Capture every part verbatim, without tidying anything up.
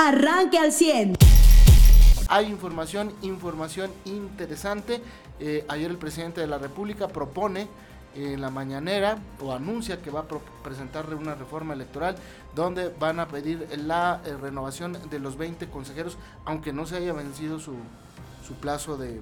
arranque al cien. Hay información, información interesante. Eh, ayer el presidente de la República propone en la mañanera o anuncia que va a pro- presentar una reforma electoral donde van a pedir la eh, renovación de los veinte consejeros, aunque no se haya vencido su, su plazo de eh,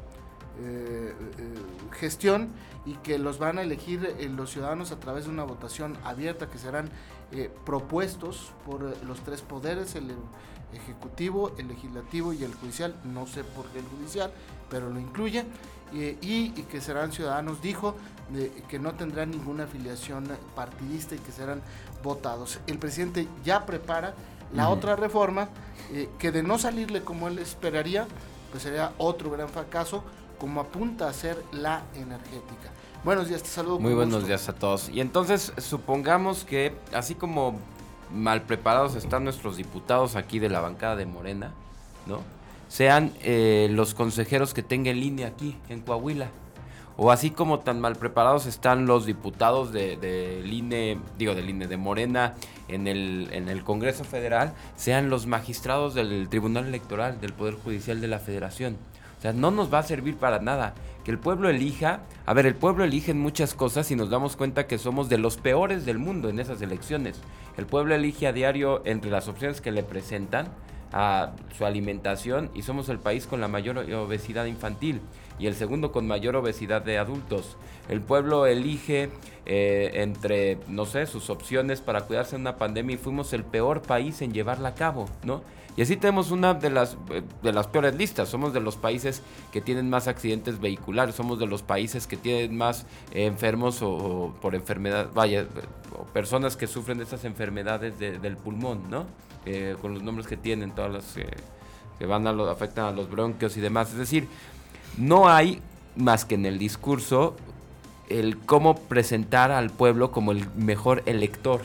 eh, gestión, y que los van a elegir eh, los ciudadanos a través de una votación abierta, que serán eh, propuestos por eh, los tres poderes, el ejecutivo, el legislativo y el judicial. No sé por qué el judicial, pero lo incluye, eh, y, y que serán ciudadanos, dijo, de, que no tendrán ninguna afiliación partidista y que serán votados. El presidente ya prepara la uh-huh. otra reforma, eh, que de no salirle como él esperaría, pues sería otro gran fracaso, como apunta a ser la energética. Buenos días, te saludo. Muy buenos gusto. días a todos. Y entonces, supongamos que, así como mal preparados están nuestros diputados aquí de la bancada de Morena, ¿no? Sean eh, los consejeros que tengan línea aquí, en Coahuila. O así como tan mal preparados están los diputados de, de INE, digo del INE, de Morena en el, en el Congreso Federal, sean los magistrados del Tribunal Electoral, del Poder Judicial de la Federación. O sea, no nos va a servir para nada. Que el pueblo elija, a ver, el pueblo elige en muchas cosas y nos damos cuenta que somos de los peores del mundo en esas elecciones. El pueblo elige a diario entre las opciones que le presentan a su alimentación, y somos el país con la mayor obesidad infantil y el segundo con mayor obesidad de adultos. El pueblo elige eh, entre, no sé, sus opciones para cuidarse en una pandemia, y fuimos el peor país en llevarla a cabo, ¿no? Y así tenemos una de las, de las peores listas. Somos de los países que tienen más accidentes vehiculares, somos de los países que tienen más eh, enfermos o, o por enfermedad, vaya, o personas que sufren de esas enfermedades de, del pulmón, ¿no? Eh, con los nombres que tienen, todas las eh, que van a lo, afectan a los bronquios y demás. Es decir, no hay más que en el discurso el cómo presentar al pueblo como el mejor elector.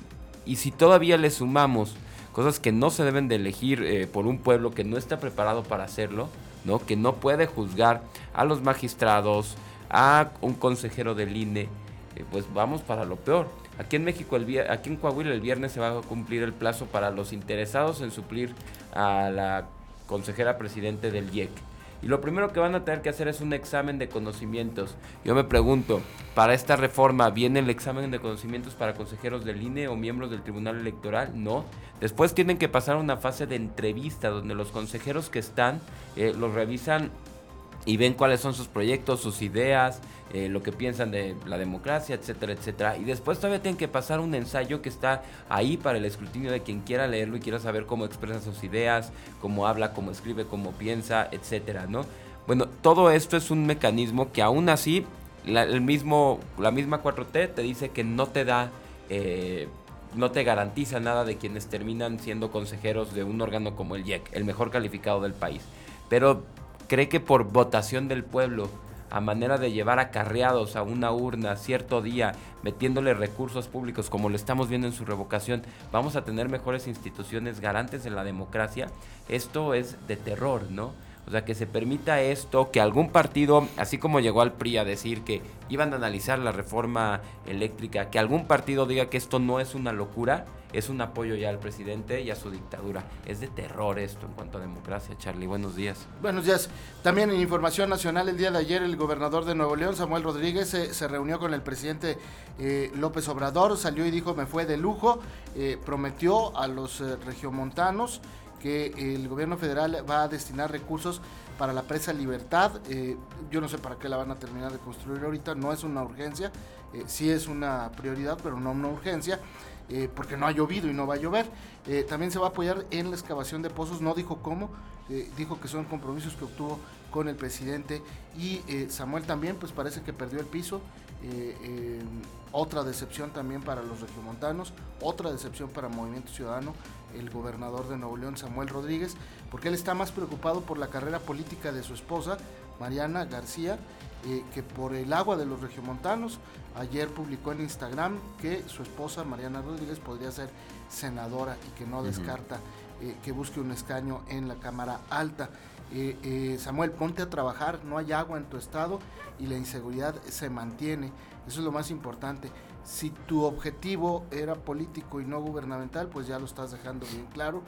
Y si todavía le sumamos cosas que no se deben de elegir eh, por un pueblo que no está preparado para hacerlo, ¿no? Que no puede juzgar a los magistrados, a un consejero del INE, eh, pues vamos para lo peor. Aquí en México, el vier- aquí en Coahuila, el viernes se va a cumplir el plazo para los interesados en suplir a la consejera presidente del I E C. Y lo primero que van a tener que hacer es un examen de conocimientos. Yo me pregunto, ¿para esta reforma viene el examen de conocimientos para consejeros del INE o miembros del Tribunal Electoral? No. Después tienen que pasar una fase de entrevista donde los consejeros que están eh, los revisan y ven cuáles son sus proyectos, sus ideas, eh, lo que piensan de la democracia, etcétera, etcétera. Y después todavía tienen que pasar un ensayo que está ahí para el escrutinio de quien quiera leerlo y quiera saber cómo expresa sus ideas, cómo habla, cómo escribe, cómo piensa, etcétera, ¿no? Bueno, todo esto es un mecanismo que aún así, la, el mismo, la misma cuatro T te dice que no te da, eh, no te garantiza nada de quienes terminan siendo consejeros de un órgano como el I E C, el mejor calificado del país. Pero cree que por votación del pueblo, a manera de llevar acarreados a una urna cierto día, metiéndole recursos públicos como lo estamos viendo en su revocación, vamos a tener mejores instituciones garantes de la democracia. Esto es de terror, ¿no? O sea, que se permita esto, que algún partido, así como llegó al P R I a decir que iban a analizar la reforma eléctrica, que algún partido diga que esto no es una locura, es un apoyo ya al presidente y a su dictadura. Es de terror esto en cuanto a democracia. Charlie, buenos días. Buenos días. También en información nacional, el día de ayer el gobernador de Nuevo León, Samuel Rodríguez, se, se reunió con el presidente eh, López Obrador, salió y dijo: me fue de lujo, eh, prometió a los eh, regiomontanos que el gobierno federal va a destinar recursos para la presa Libertad. Eh, yo no sé para qué la van a terminar de construir ahorita, no es una urgencia, eh, sí es una prioridad, pero no una urgencia, eh, porque no ha llovido y no va a llover. Eh, también se va a apoyar en la excavación de pozos, no dijo cómo, eh, dijo que son compromisos que obtuvo con el presidente. Y eh, Samuel también, pues parece que perdió el piso. Eh, eh, otra decepción también para los regiomontanos, otra decepción para Movimiento Ciudadano, el gobernador de Nuevo León, Samuel Rodríguez, porque él está más preocupado por la carrera política de su esposa, Mariana García, eh, que por el agua de los regiomontanos. Ayer publicó en Instagram que su esposa, Mariana Rodríguez, podría ser senadora y que no uh-huh. descarta eh, que busque un escaño en la Cámara Alta. Eh, eh, Samuel, ponte a trabajar, no hay agua en tu estado y la inseguridad se mantiene, eso es lo más importante. Si tu objetivo era político y no gubernamental, pues ya lo estás dejando bien claro.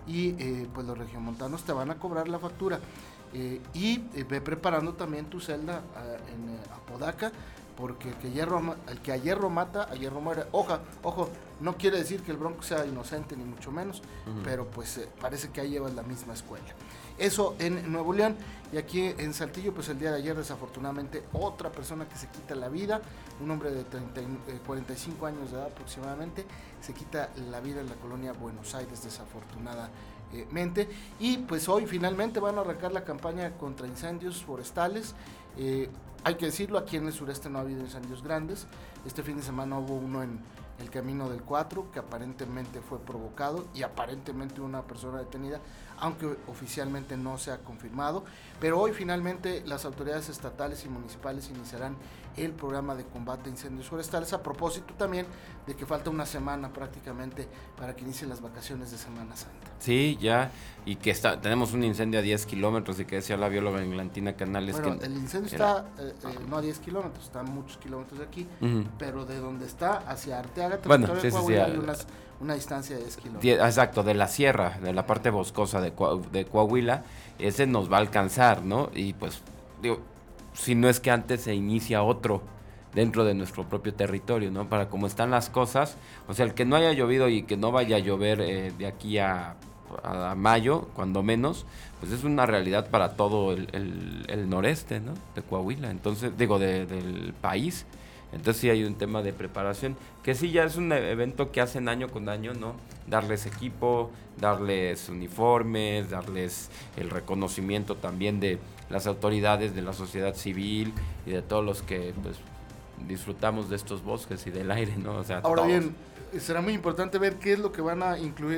y eh, pues los regiomontanos te van a cobrar la factura. Eh, y eh, ve preparando también tu celda uh, en eh, Apodaca, porque el que, hierro, el que a hierro mata, a hierro muere. Oja, ojo, no quiere decir que el Bronco sea inocente, ni mucho menos, uh-huh. pero pues eh, parece que ahí llevas la misma escuela. Eso en Nuevo León. Y aquí en Saltillo, pues el día de ayer, desafortunadamente, otra persona que se quita la vida, un hombre de treinta, cuarenta y cinco años de edad aproximadamente, se quita la vida en la colonia Buenos Aires, desafortunadamente. Y pues hoy finalmente van a arrancar la campaña contra incendios forestales. Eh, hay que decirlo, aquí en el sureste no ha habido incendios grandes. Este fin de semana hubo uno en el Camino del Cuatro, que aparentemente fue provocado y aparentemente una persona detenida, aunque oficialmente no se ha confirmado. Pero hoy finalmente las autoridades estatales y municipales iniciarán el programa de combate a incendios forestales, a propósito también de que falta una semana prácticamente para que inicien las vacaciones de Semana Santa. Sí, ya, y que está, tenemos un incendio a diez kilómetros, y que decía la bióloga Englantina Canales. Bueno, que el incendio era... está eh, eh, no a diez kilómetros, está a muchos kilómetros de aquí, uh-huh. pero de donde está hacia Arteaga, bueno, sí, de Coahuila, sí, sí, hay unas, una distancia de diez kilómetros. Die, exacto, de la sierra, de la parte boscosa de, de Coahuila, ese nos va a alcanzar, ¿no? Y pues, digo, si no es que antes se inicia otro dentro de nuestro propio territorio, ¿no? Para cómo están las cosas, o sea, el que no haya llovido y que no vaya a llover eh, de aquí a, a, a mayo, cuando menos, pues es una realidad para todo el, el, el noreste, ¿no? De Coahuila, entonces, digo, de, del país. Entonces sí hay un tema de preparación, que sí ya es un evento que hacen año con año, ¿no? Darles equipo, darles uniformes, darles el reconocimiento también de las autoridades, de la sociedad civil y de todos los que pues disfrutamos de estos bosques y del aire, ¿no? O sea, ahora todos. Bien, será muy importante ver qué es lo que van a incluir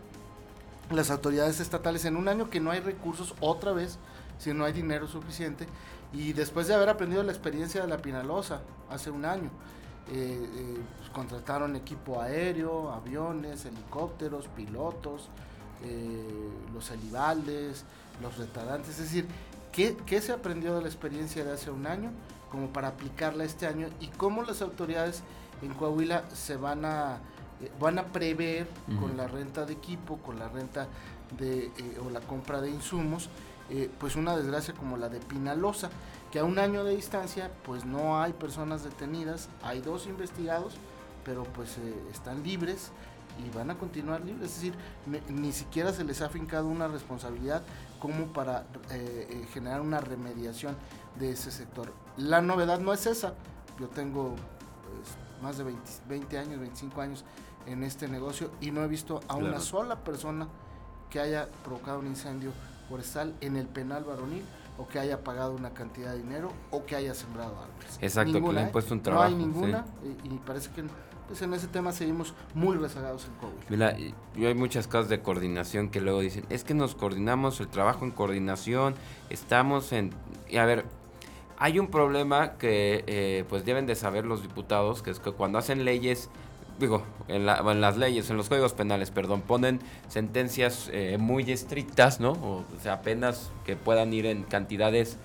las autoridades estatales en un año que no hay recursos otra vez, si no hay dinero suficiente, y después de haber aprendido la experiencia de la Pinalosa hace un año. Eh, eh, pues contrataron equipo aéreo, aviones, helicópteros, pilotos, eh, los helibaldes, los retadantes, es decir, ¿qué, ¿qué se aprendió de la experiencia de hace un año como para aplicarla este año, y cómo las autoridades en Coahuila se van a eh, van a prever uh-huh. con la renta de equipo, con la renta de eh, o la compra de insumos, eh, pues una desgracia como la de Pinalosa, que a un año de distancia pues no hay personas detenidas, hay dos investigados, pero pues eh, están libres y van a continuar libres, es decir, ni, ni siquiera se les ha fincado una responsabilidad como para eh, eh, generar una remediación de ese sector. La novedad no es esa, yo tengo pues, más de veinte, veinte años, veinticinco años en este negocio y no he visto a claro. una sola persona que haya provocado un incendio forestal en el penal varonil, o que haya pagado una cantidad de dinero, o que haya sembrado árboles. Exacto, ninguna, que le han puesto un ¿eh? trabajo. No hay ninguna, sí. y, y parece que pues en ese tema seguimos muy rezagados en Coahuila. Mira, yo hay muchas cosas de coordinación que luego dicen, es que nos coordinamos, el trabajo en coordinación, estamos en... Y a ver, hay un problema que eh, pues deben de saber los diputados, que es que cuando hacen leyes, digo, en, la, en las leyes, en los códigos penales, perdón, ponen sentencias eh, muy estrictas, ¿no? O, o sea, penas que puedan ir en cantidades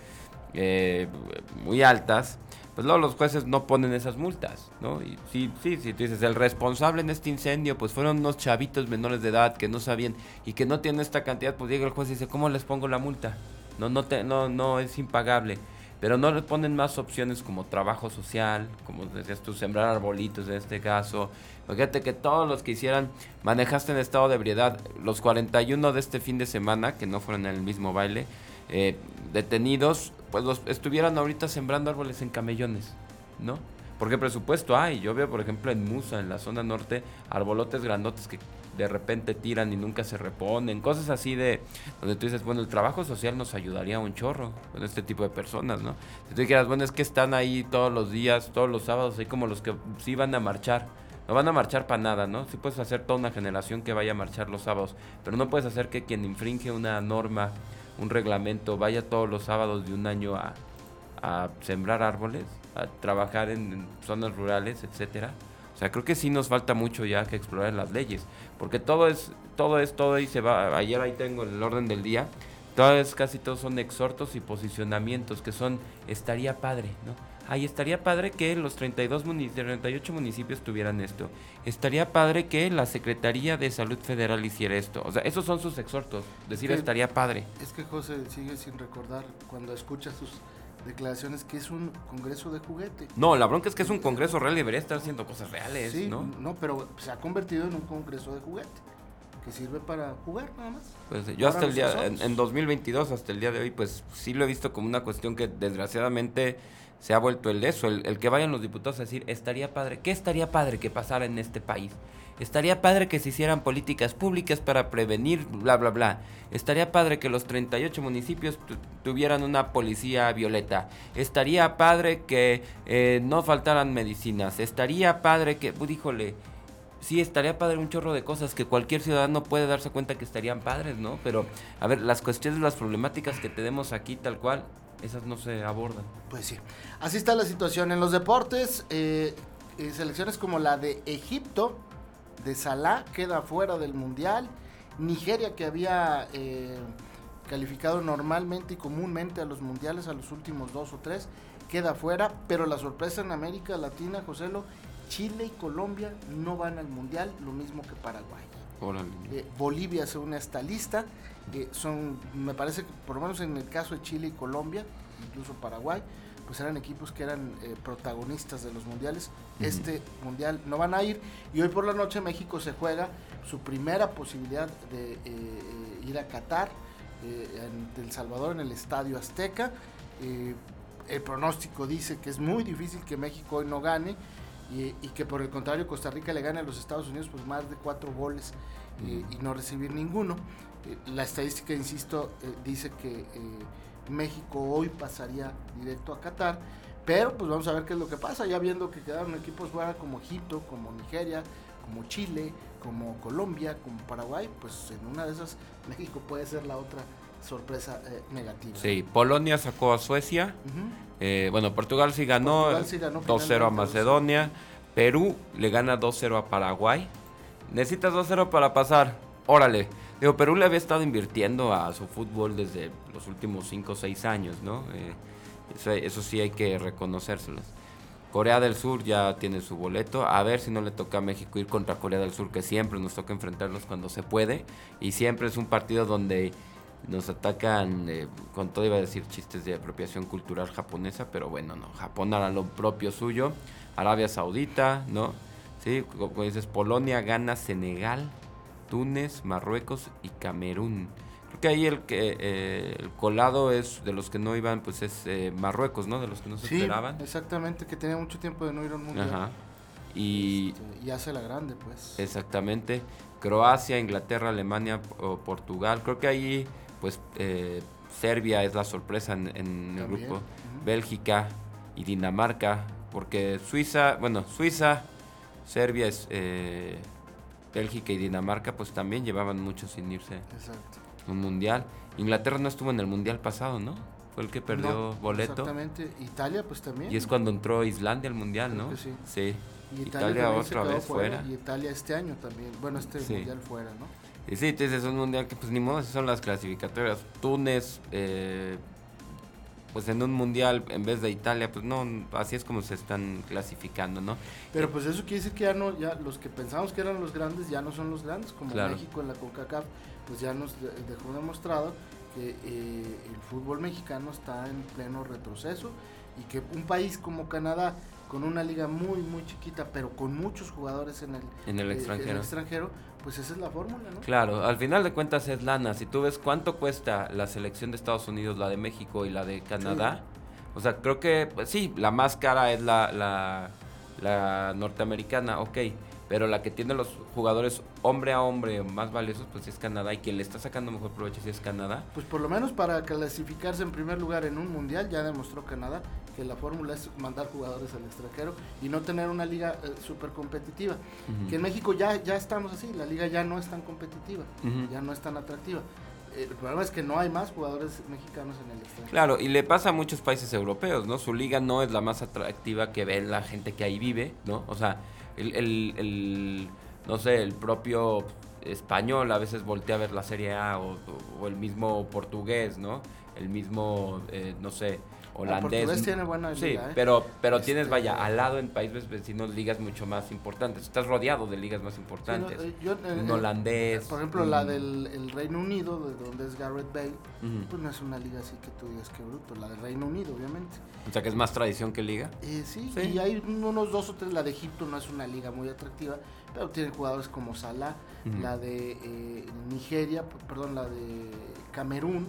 eh, muy altas, pues luego los jueces no ponen esas multas, ¿no? Y sí, sí, sí, tú dices, el responsable en este incendio, pues fueron unos chavitos menores de edad que no sabían y que no tienen esta cantidad, pues llega el juez y dice, ¿cómo les pongo la multa? No, no, te, no, no es impagable. Pero no le ponen más opciones como trabajo social, como decías tú, sembrar arbolitos en este caso. Fíjate que todos los que hicieran, manejaste en estado de ebriedad, los cuarenta y uno de este fin de semana, que no fueron en el mismo baile, eh, detenidos, pues los estuvieran ahorita sembrando árboles en camellones, ¿no? Porque presupuesto hay. Yo veo, por ejemplo, en Musa, en la zona norte, arbolotes grandotes que de repente tiran y nunca se reponen, cosas así de donde tú dices, bueno, el trabajo social nos ayudaría un chorro con este tipo de personas, ¿no? Si tú dijeras, bueno, es que están ahí todos los días, todos los sábados, hay como los que sí van a marchar, no van a marchar para nada, ¿no? Sí puedes hacer toda una generación que vaya a marchar los sábados, pero no puedes hacer que quien infringe una norma, un reglamento, vaya todos los sábados de un año a, a sembrar árboles, a trabajar en, en zonas rurales, etcétera. O sea, creo que sí nos falta mucho ya que explorar las leyes, porque todo es, todo es, todo y se va, ayer ahí tengo el orden del día, todo es, casi todos son exhortos y posicionamientos que son, estaría padre, ¿no? Ahí estaría padre que los treinta y dos muni- treinta y ocho municipios tuvieran esto. Estaría padre que la Secretaría de Salud Federal hiciera esto. O sea, esos son sus exhortos. Decir, Que- estaría padre. Es que José sigue sin recordar cuando escucha sus declaraciones que es un congreso de juguete. No, la bronca es que es un congreso real y debería estar haciendo cosas reales, Sí, ¿no? no, pero se ha convertido en un congreso de juguete que sirve para jugar nada más. Pues yo hasta Ahora el día, nosotros en, somos. en dos mil veintidós, hasta el día de hoy, pues sí lo he visto como una cuestión que desgraciadamente se ha vuelto el de eso, el, el que vayan los diputados a decir, estaría padre, ¿qué estaría padre que pasara en este país? Estaría padre que se hicieran políticas públicas para prevenir, bla, bla, bla. Estaría padre que los treinta y ocho municipios tu- tuvieran una policía violeta. Estaría padre que eh, no faltaran medicinas. Estaría padre que, pues, híjole, sí, estaría padre un chorro de cosas que cualquier ciudadano puede darse cuenta que estarían padres, ¿no? Pero, a ver, las cuestiones, las problemáticas que tenemos aquí tal cual, esas no se abordan. Pues sí, así está la situación en los deportes. Eh, eh, selecciones como la de Egipto, de Salah, queda fuera del Mundial. Nigeria, que había eh, calificado normalmente y comúnmente a los mundiales, a los últimos dos o tres, queda fuera. Pero la sorpresa en América Latina, Joselo, Chile y Colombia no van al Mundial, lo mismo que Paraguay. Órale. Eh, Bolivia se une a esta lista. Eh, son, me parece que por lo menos en el caso de Chile y Colombia, incluso Paraguay, pues eran equipos que eran eh, protagonistas de los mundiales. Uh-huh. Este mundial no van a ir. Y hoy por la noche México se juega su primera posibilidad de eh, ir a Qatar, eh, ante El Salvador, en el Estadio Azteca. Eh, el pronóstico dice que es muy difícil que México hoy no gane. Y, y que por el contrario Costa Rica le gane a los Estados Unidos pues más de cuatro goles eh, y no recibir ninguno. Eh, la estadística, insisto, eh, dice que eh, México hoy pasaría directo a Qatar, pero pues vamos a ver qué es lo que pasa, ya viendo que quedaron equipos fuera como Egipto, como Nigeria, como Chile, como Colombia, como Paraguay, pues en una de esas México puede ser la otra sorpresa eh, negativa. Sí, Polonia sacó a Suecia. Uh-huh. eh, bueno, Portugal sí ganó, Portugal sí ganó dos cero a Macedonia. Perú le gana dos cero a Paraguay. Necesitas dos cero para pasar. Órale. Digo, Perú le había estado invirtiendo a su fútbol desde los últimos cinco o seis años, ¿no? Eh, eso, eso sí hay que reconocérselos. Corea del Sur ya tiene su boleto. A ver si no le toca a México ir contra Corea del Sur, que siempre nos toca enfrentarlos cuando se puede. Y siempre es un partido donde nos atacan, eh, con todo iba a decir chistes de apropiación cultural japonesa, pero bueno, no. Japón hará lo propio suyo. Arabia Saudita, ¿no? Sí, como dices, Polonia gana Senegal, Túnez, Marruecos y Camerún. Creo que ahí el que eh, el colado es de los que no iban, pues es eh, Marruecos, ¿no? De los que no se sí, esperaban. Exactamente, que tenía mucho tiempo de no ir a un mundial. Ajá. Y, este, y hace la grande, pues. Exactamente. Croacia, Inglaterra, Alemania o Portugal. Creo que ahí, pues, eh, Serbia es la sorpresa en, en el grupo. Uh-huh. Bélgica y Dinamarca. Porque Suiza, bueno, Suiza, Serbia, es, eh, Bélgica y Dinamarca, pues también llevaban mucho sin irse. Exacto. Un mundial. Inglaterra no estuvo en el mundial pasado, ¿no? Fue el que perdió no, boleto. Exactamente. Italia, pues también. Y es cuando entró Islandia al mundial, ¿no? Sí. Sí. Y Italia, Italia otra vez fuera. fuera. Y Italia este año también. Bueno, este sí. mundial fuera, ¿no? Y sí, entonces es un mundial que pues ni modo, son las clasificatorias. Túnez, eh, pues en un mundial en vez de Italia, pues no, así es como se están clasificando, ¿no? Pero pues eso quiere decir que ya no, ya los que pensamos que eran los grandes ya no son los grandes, como claro. México en la CONCACAF, pues ya nos dejó demostrado que eh, el fútbol mexicano está en pleno retroceso y que un país como Canadá, con una liga muy muy chiquita, pero con muchos jugadores en el, en el eh, extranjero. En el extranjero, pues esa es la fórmula, ¿no? Claro, al final de cuentas es lana. Si tú ves cuánto cuesta la selección de Estados Unidos, la de México y la de Canadá, sí. O sea, creo que, pues sí, la más cara es la, la, la norteamericana, ok, pero la que tiene los jugadores hombre a hombre más valiosos, pues es Canadá, y quien le está sacando mejor provecho sí es Canadá. Pues por lo menos para clasificarse en primer lugar en un mundial ya demostró Canadá que la fórmula es mandar jugadores al extranjero y no tener una liga eh, súper competitiva. Uh-huh. Que en México ya, ya estamos así, la liga ya no es tan competitiva, uh-huh. ya no es tan atractiva. El problema es que no hay más jugadores mexicanos en el extranjero. Claro, y le pasa a muchos países europeos, ¿no? Su liga no es la más atractiva que ve la gente que ahí vive, ¿no? O sea, el, el, el no sé, el propio español a veces voltea a ver la Serie A o, o el mismo portugués, ¿no? El mismo, eh, no sé, holandés. El portugués tiene buena sí, liga, ¿eh? pero, pero Este, tienes, vaya, al lado en países vecinos ligas mucho más importantes. Estás rodeado de ligas más importantes. Sí, no, eh, yo, eh, un eh, holandés. Por ejemplo, un... la del el Reino Unido, de donde es Gareth Bale, Uh-huh. pues no es una liga así que tú digas que bruto. La del Reino Unido, obviamente. O sea, que es más tradición que liga. Eh, sí, Sí. y hay unos dos o tres. La de Egipto no es una liga muy atractiva, pero tienen jugadores como Salah. Uh-huh. La de eh, Nigeria, p- perdón, la de Camerún,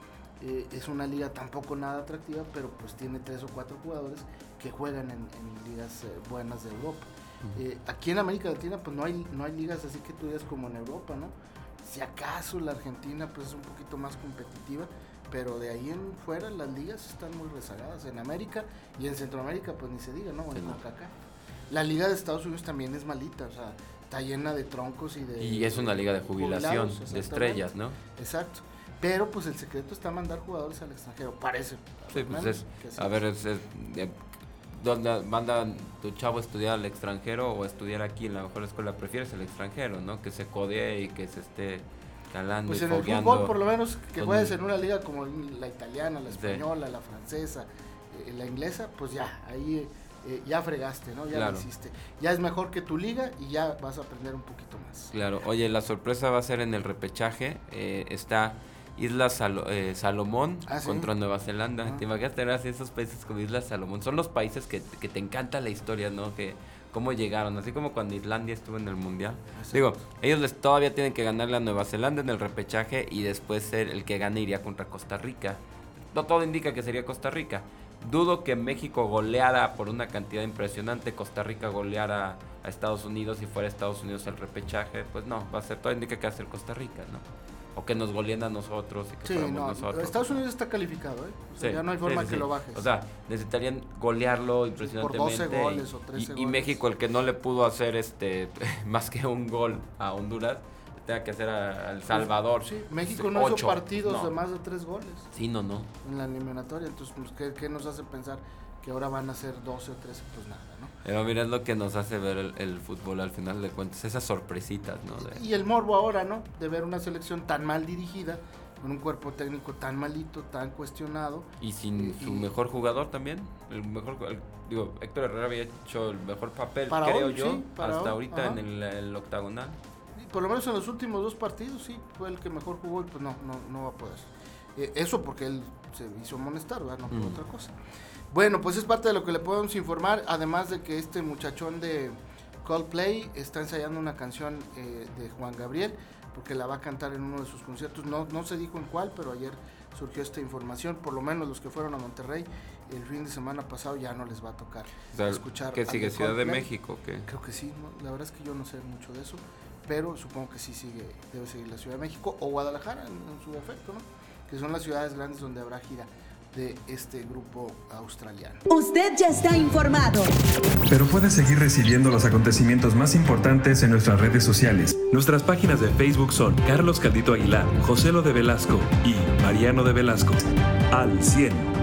eh, es una liga tampoco nada atractiva, pero pues tiene tres o cuatro jugadores que juegan en, en ligas eh, buenas de Europa. Uh-huh. Eh, aquí en América Latina pues no hay, no hay ligas así que tú digas como en Europa, ¿no? Si acaso la Argentina pues es un poquito más competitiva, pero de ahí en fuera las ligas están muy rezagadas. En América y en Centroamérica pues ni se diga, ¿no? En Sí, no. CONCACAF. La liga de Estados Unidos también es malita, o sea, está llena de troncos y de... Y es una liga de jubilación, jubilados, de exactamente. estrellas, ¿no? Exacto. Pero pues el secreto está mandar jugadores al extranjero, parece. Sí, al pues menos es, que así a es. ver, es, es, de- ¿dónde mandan tu chavo a estudiar al extranjero o a estudiar aquí en la mejor escuela? Prefieres el extranjero, ¿no? Que se codee y que se esté calando Pues y en el fogueando. fútbol, por lo menos, que con- juegues en una liga como la italiana, la Sí. española, la francesa, eh, la inglesa, pues ya, ahí eh, ya fregaste, ¿no? Ya Claro. lo hiciste. Ya es mejor que tu liga y ya vas a aprender un poquito más. Claro, oye, la sorpresa va a ser en el repechaje. Eh, está Islas Salo- eh, Salomón Ah, ¿sí? contra Nueva Zelanda. Ajá. ¿Te imaginas tener así esos países como Islas Salomón? Son los países que, que te encanta la historia, ¿no? Que cómo llegaron, así como cuando Islandia estuvo en el Mundial. Exacto. Digo, ellos les todavía tienen que ganarle a Nueva Zelanda en el repechaje y después ser el que gane iría contra Costa Rica. No todo indica que sería Costa Rica. Dudo que México goleara por una cantidad impresionante, Costa Rica goleara a Estados Unidos y fuera Estados Unidos el repechaje, pues no, va a ser, todo indica que va a ser Costa Rica, ¿no? O que nos goleen a nosotros y que Sí, fuéramos no, nosotros. Estados Unidos está calificado, ¿eh? O sea, Sí, ya no hay sí, forma sí, que sí. lo bajes. O sea, necesitarían golearlo impresionantemente. doce goles o y- trece y, y goles. México, el que no le pudo hacer este más que un gol a Honduras, tenga que hacer a, a El Salvador. Sí, México este, no ocho. hizo partidos No. de más de tres goles Sí, no, no. en la eliminatoria, entonces, pues, ¿qué, qué nos hace pensar que ahora van a ser doce o trece? Pues nada, ¿no? Pero mira, es lo que nos hace ver el, el fútbol al final de cuentas, esas sorpresitas, ¿no? De- Y el morbo ahora, ¿no? De ver una selección tan mal dirigida, con un cuerpo técnico tan malito, tan cuestionado. Y sin Y- su y- mejor jugador también, el mejor, el- digo, Héctor Herrera había hecho el mejor papel, Para creo hoy, yo, sí, para hasta hoy, ahorita ajá. en el, el octagonal. Y por lo menos en los últimos dos partidos, sí, fue el que mejor jugó y pues no, no, no va a poder. Eh, eso porque él se hizo amonestar, ¿verdad? No por Mm. otra cosa. Bueno, pues es parte de lo que le podemos informar, además de que este muchachón de Coldplay está ensayando una canción eh, de Juan Gabriel, porque la va a cantar en uno de sus conciertos. No, no se dijo en cuál, pero ayer surgió esta información. Por lo menos los que fueron a Monterrey el fin de semana pasado ya no les va a tocar O sea, escuchar. ¿qué al sigue? de ¿Ciudad de Coldplay. México? ¿Qué? Creo que sí, ¿no? La verdad es que yo no sé mucho de eso, pero supongo que sí sigue, debe seguir la Ciudad de México o Guadalajara en, en su defecto, ¿no? Que son las ciudades grandes donde habrá gira de este grupo australiano. Usted ya está informado. Pero puede seguir recibiendo los acontecimientos más importantes en nuestras redes sociales. Nuestras páginas de Facebook son Carlos Caldito Aguilar, José Lo de Velasco y Mariano de Velasco. Al cien.